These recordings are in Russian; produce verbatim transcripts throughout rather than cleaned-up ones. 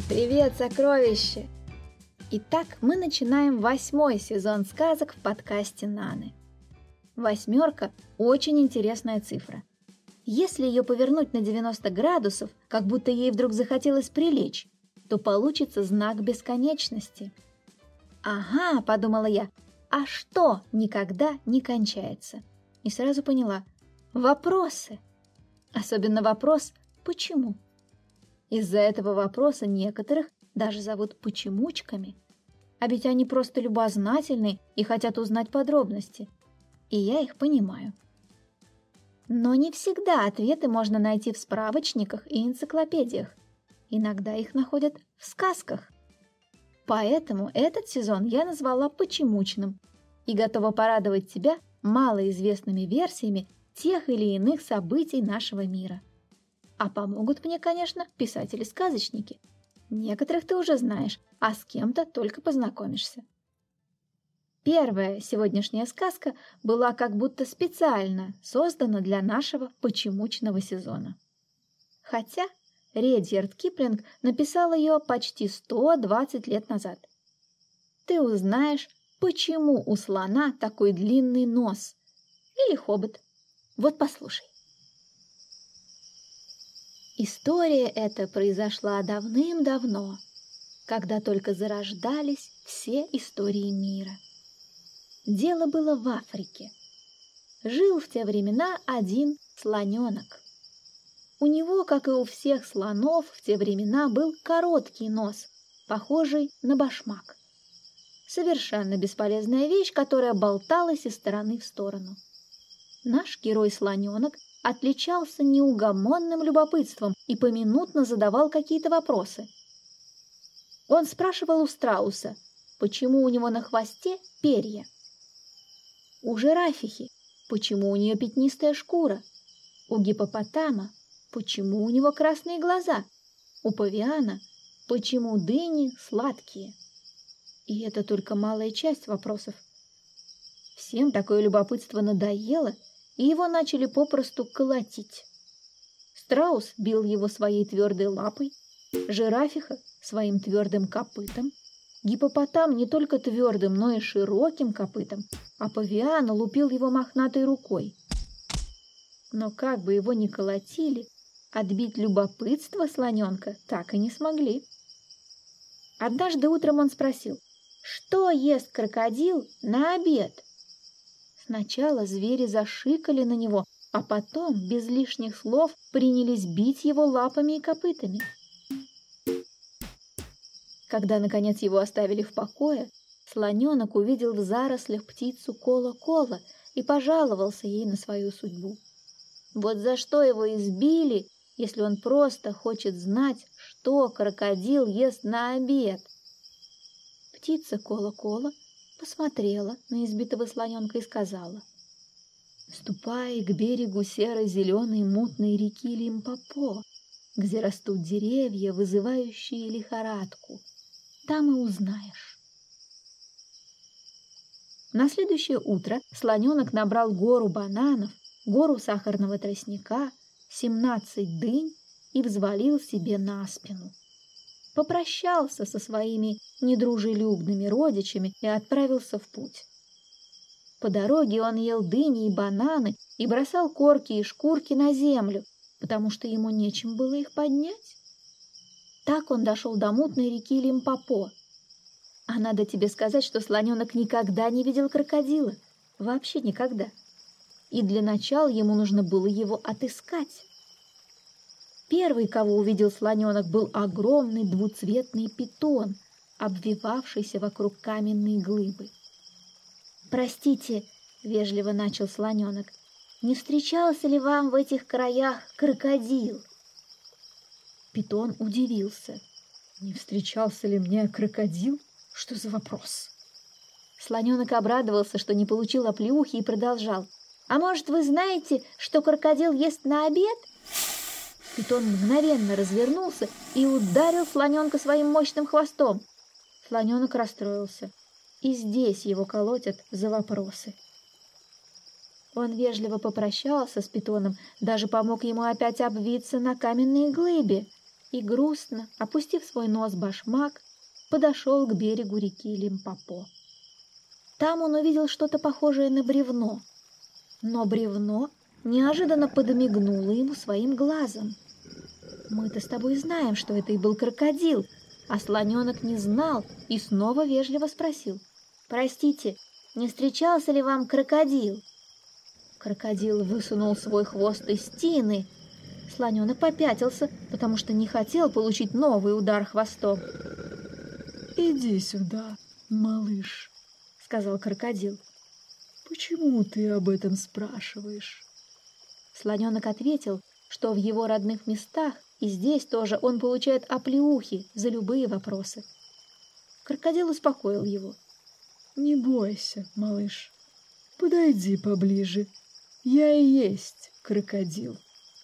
Привет, сокровище! Итак, мы начинаем восьмой сезон сказок в подкасте Наны. Восьмерка – очень интересная цифра. Если ее повернуть на девяносто градусов, как будто ей вдруг захотелось прилечь, то получится знак бесконечности. «Ага», – подумала я, – «а что никогда не кончается?» И сразу поняла – вопросы. Особенно вопрос «почему?». Из-за этого вопроса некоторых даже зовут почемучками. А ведь они просто любознательны и хотят узнать подробности. И я их понимаю. Но не всегда ответы можно найти в справочниках и энциклопедиях. Иногда их находят в сказках. Поэтому этот сезон я назвала почемучным и готова порадовать тебя малоизвестными версиями тех или иных событий нашего мира. А помогут мне, конечно, писатели-сказочники. Некоторых ты уже знаешь, а с кем-то только познакомишься. Первая сегодняшняя сказка была как будто специально создана для нашего почемучного сезона. Хотя Редьярд Киплинг написал ее почти сто двадцать лет назад. Ты узнаешь, почему у слона такой длинный нос или хобот. Вот послушай. История эта произошла давным-давно, когда только зарождались все истории мира. Дело было в Африке. Жил в те времена один слоненок. У него, как и у всех слонов, в те времена был короткий нос, похожий на башмак. Совершенно бесполезная вещь, которая болталась из стороны в сторону. Наш герой-слоненок отличался неугомонным любопытством и поминутно задавал какие-то вопросы. Он спрашивал у страуса, почему у него на хвосте перья. У жирафихи, почему у нее пятнистая шкура. У гиппопотама, почему у него красные глаза. У павиана, почему дыни сладкие. И это только малая часть вопросов. Всем такое любопытство надоело, и его начали попросту колотить. Страус бил его своей твердой лапой, жирафиха своим твердым копытом, гиппопотам не только твердым, но и широким копытом, а павиан лупил его мохнатой рукой. Но как бы его ни колотили, отбить любопытство слоненка так и не смогли. Однажды утром он спросил, что ест крокодил на обед? Сначала звери зашикали на него, а потом, без лишних слов, принялись бить его лапами и копытами. Когда, наконец, его оставили в покое, слоненок увидел в зарослях птицу Кола-Кола и пожаловался ей на свою судьбу. Вот за что его избили, если он просто хочет знать, что крокодил ест на обед. Птица Кола-Кола посмотрела на избитого слоненка и сказала: «Ступай к берегу серо-зеленой мутной реки Лимпопо, где растут деревья, вызывающие лихорадку. Там и узнаешь». На следующее утро слоненок набрал гору бананов, гору сахарного тростника, семнадцать дынь и взвалил себе на спину. Попрощался со своими недружелюбными родичами и отправился в путь. По дороге он ел дыни и бананы и бросал корки и шкурки на землю, потому что ему нечем было их поднять. Так он дошел до мутной реки Лимпопо. А надо тебе сказать, что слоненок никогда не видел крокодила. Вообще никогда. И для начала ему нужно было его отыскать. Первый, кого увидел слоненок, был огромный двуцветный питон, обвивавшийся вокруг каменной глыбы. «Простите», — вежливо начал слоненок, — «не встречался ли вам в этих краях крокодил?» Питон удивился. «Не встречался ли мне крокодил? Что за вопрос?» Слоненок обрадовался, что не получил оплеухи, и продолжал. «А может, вы знаете, что крокодил ест на обед?» Питон мгновенно развернулся и ударил слоненка своим мощным хвостом. Слоненок расстроился. И здесь его колотят за вопросы. Он вежливо попрощался с питоном, даже помог ему опять обвиться на каменной глыбе и грустно, опустив свой нос башмак, подошел к берегу реки Лимпопо. Там он увидел что-то похожее на бревно, но бревно неожиданно подмигнуло ему своим глазом. «Мы-то с тобой знаем, что это и был крокодил», а слоненок не знал и снова вежливо спросил: «Простите, не встречался ли вам крокодил?» Крокодил высунул свой хвост из тины. Слоненок попятился, потому что не хотел получить новый удар хвостом. «Иди сюда, малыш», — сказал крокодил. «Почему ты об этом спрашиваешь?» Слоненок ответил, что в его родных местах и здесь тоже он получает оплеухи за любые вопросы. Крокодил успокоил его. «Не бойся, малыш, подойди поближе, я и есть крокодил».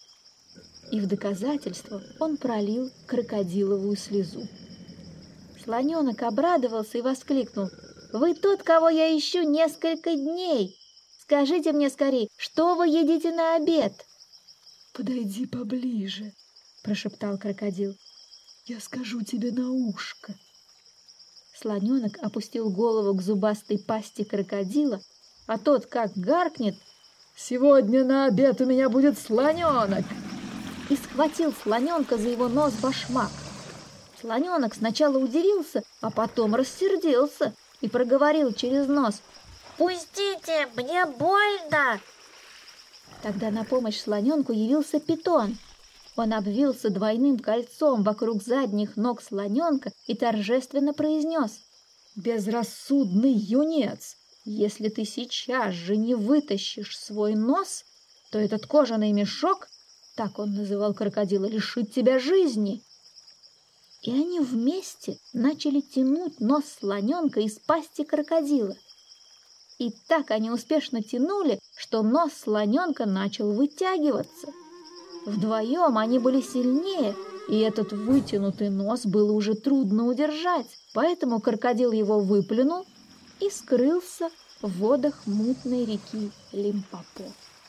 И в доказательство он пролил крокодиловую слезу. Слоненок обрадовался и воскликнул: «Вы тот, кого я ищу несколько дней! Скажите мне скорее, что вы едите на обед?» «Подойди поближе», — прошептал крокодил. «Я скажу тебе на ушко». Слоненок опустил голову к зубастой пасти крокодила, а тот как гаркнет: «Сегодня на обед у меня будет слоненок!» и схватил слоненка за его нос башмак. Слоненок сначала удивился, а потом рассердился и проговорил через нос: «Пустите, мне больно!» Тогда на помощь слоненку явился питон. Он обвился двойным кольцом вокруг задних ног слоненка и торжественно произнес: «Безрассудный юнец, если ты сейчас же не вытащишь свой нос, то этот кожаный мешок, так он называл крокодила, лишит тебя жизни». И они вместе начали тянуть нос слоненка из пасти крокодила. И так они успешно тянули, что нос слоненка начал вытягиваться. Вдвоем они были сильнее, и этот вытянутый нос было уже трудно удержать, поэтому крокодил его выплюнул и скрылся в водах мутной реки Лимпопо.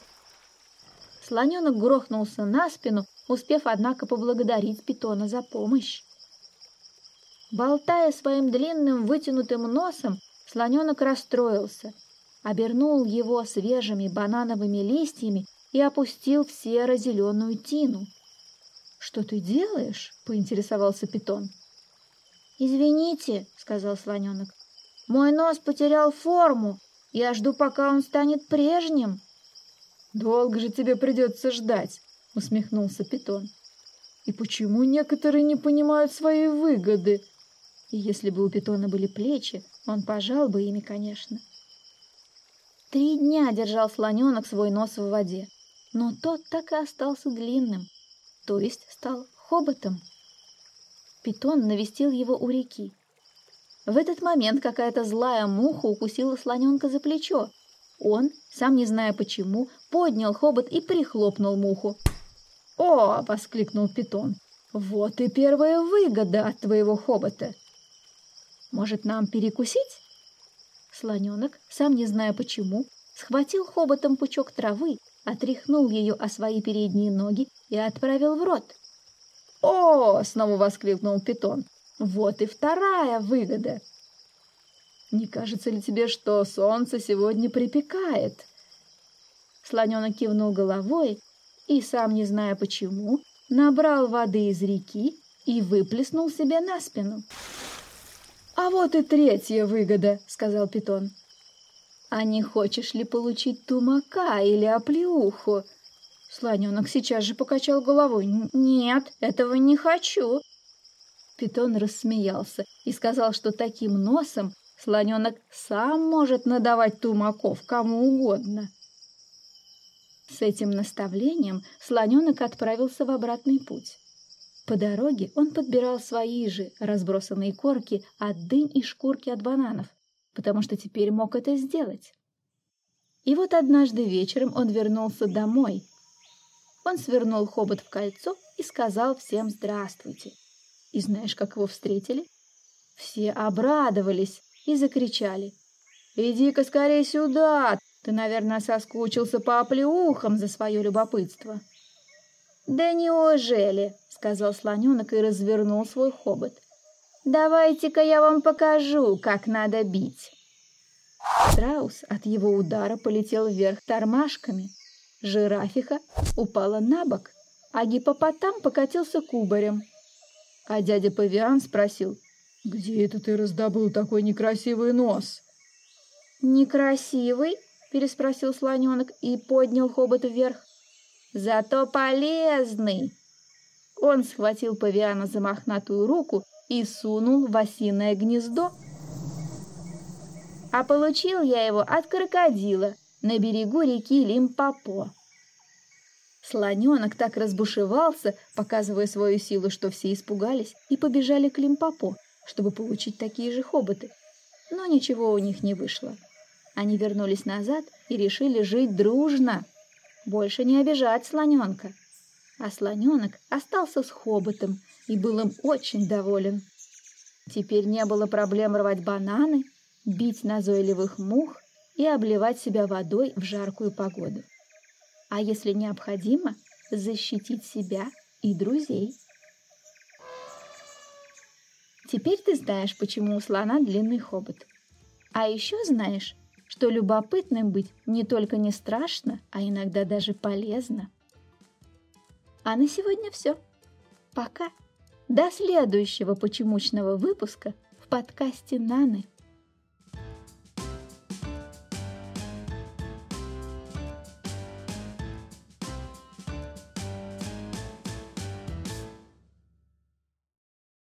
Слоненок грохнулся на спину, успев, однако, поблагодарить питона за помощь. Болтая своим длинным вытянутым носом, слоненок расстроился, обернул его свежими банановыми листьями и опустил в серо-зеленую тину. «Что ты делаешь?» — поинтересовался питон. «Извините», — сказал слоненок, — «мой нос потерял форму. Я жду, пока он станет прежним». «Долго же тебе придется ждать», — усмехнулся питон. «И почему некоторые не понимают своей выгоды?» И если бы у питона были плечи, он пожал бы ими, конечно. Три дня держал слоненок свой нос в воде, но тот так и остался длинным, то есть стал хоботом. Питон навестил его у реки. В этот момент какая-то злая муха укусила слоненка за плечо. Он, сам не зная почему, поднял хобот и прихлопнул муху. «О!» — воскликнул питон. «Вот и первая выгода от твоего хобота!» «Может, нам перекусить?» Слоненок, сам не зная почему, схватил хоботом пучок травы, отряхнул ее о свои передние ноги и отправил в рот. «О!» — снова воскликнул питон. «Вот и вторая выгода!» «Не кажется ли тебе, что солнце сегодня припекает?» Слоненок кивнул головой и, сам не зная почему, набрал воды из реки и выплеснул себе на спину. «А вот и третья выгода», — сказал питон. «А не хочешь ли получить тумака или оплеуху?» Слоненок сейчас же покачал головой. «Нет, этого не хочу». Питон рассмеялся и сказал, что таким носом слоненок сам может надавать тумаков кому угодно. С этим наставлением слоненок отправился в обратный путь. По дороге он подбирал свои же разбросанные корки от дынь и шкурки от бананов, потому что теперь мог это сделать. И вот однажды вечером он вернулся домой. Он свернул хобот в кольцо и сказал всем «здравствуйте». И знаешь, как его встретили? Все обрадовались и закричали: «Иди-ка скорее сюда! Ты, наверное, соскучился по оплеухам за свое любопытство». «Да неужели?» — сказал слоненок и развернул свой хобот. «Давайте-ка я вам покажу, как надо бить». Страус от его удара полетел вверх тормашками, жирафиха упала на бок, а гиппопотам покатился кубарем. А дядя Павиан спросил: «Где это ты раздобыл такой некрасивый нос?» «Некрасивый?» — переспросил слоненок и поднял хобот вверх. «Зато полезный!» Он схватил павиана за мохнатую руку и сунул в осиное гнездо. А получил я его от крокодила на берегу реки Лимпопо. Слоненок так разбушевался, показывая свою силу, что все испугались и побежали к Лимпопо, чтобы получить такие же хоботы. Но ничего у них не вышло. Они вернулись назад и решили жить дружно, больше не обижать слоненка. А слоненок остался с хоботом и был им очень доволен. Теперь не было проблем рвать бананы, бить назойливых мух и обливать себя водой в жаркую погоду. А если необходимо, защитить себя и друзей. Теперь ты знаешь, почему у слона длинный хобот. А еще знаешь, что любопытным быть не только не страшно, а иногда даже полезно. А на сегодня все. Пока. До следующего почемучного выпуска в подкасте «Наны».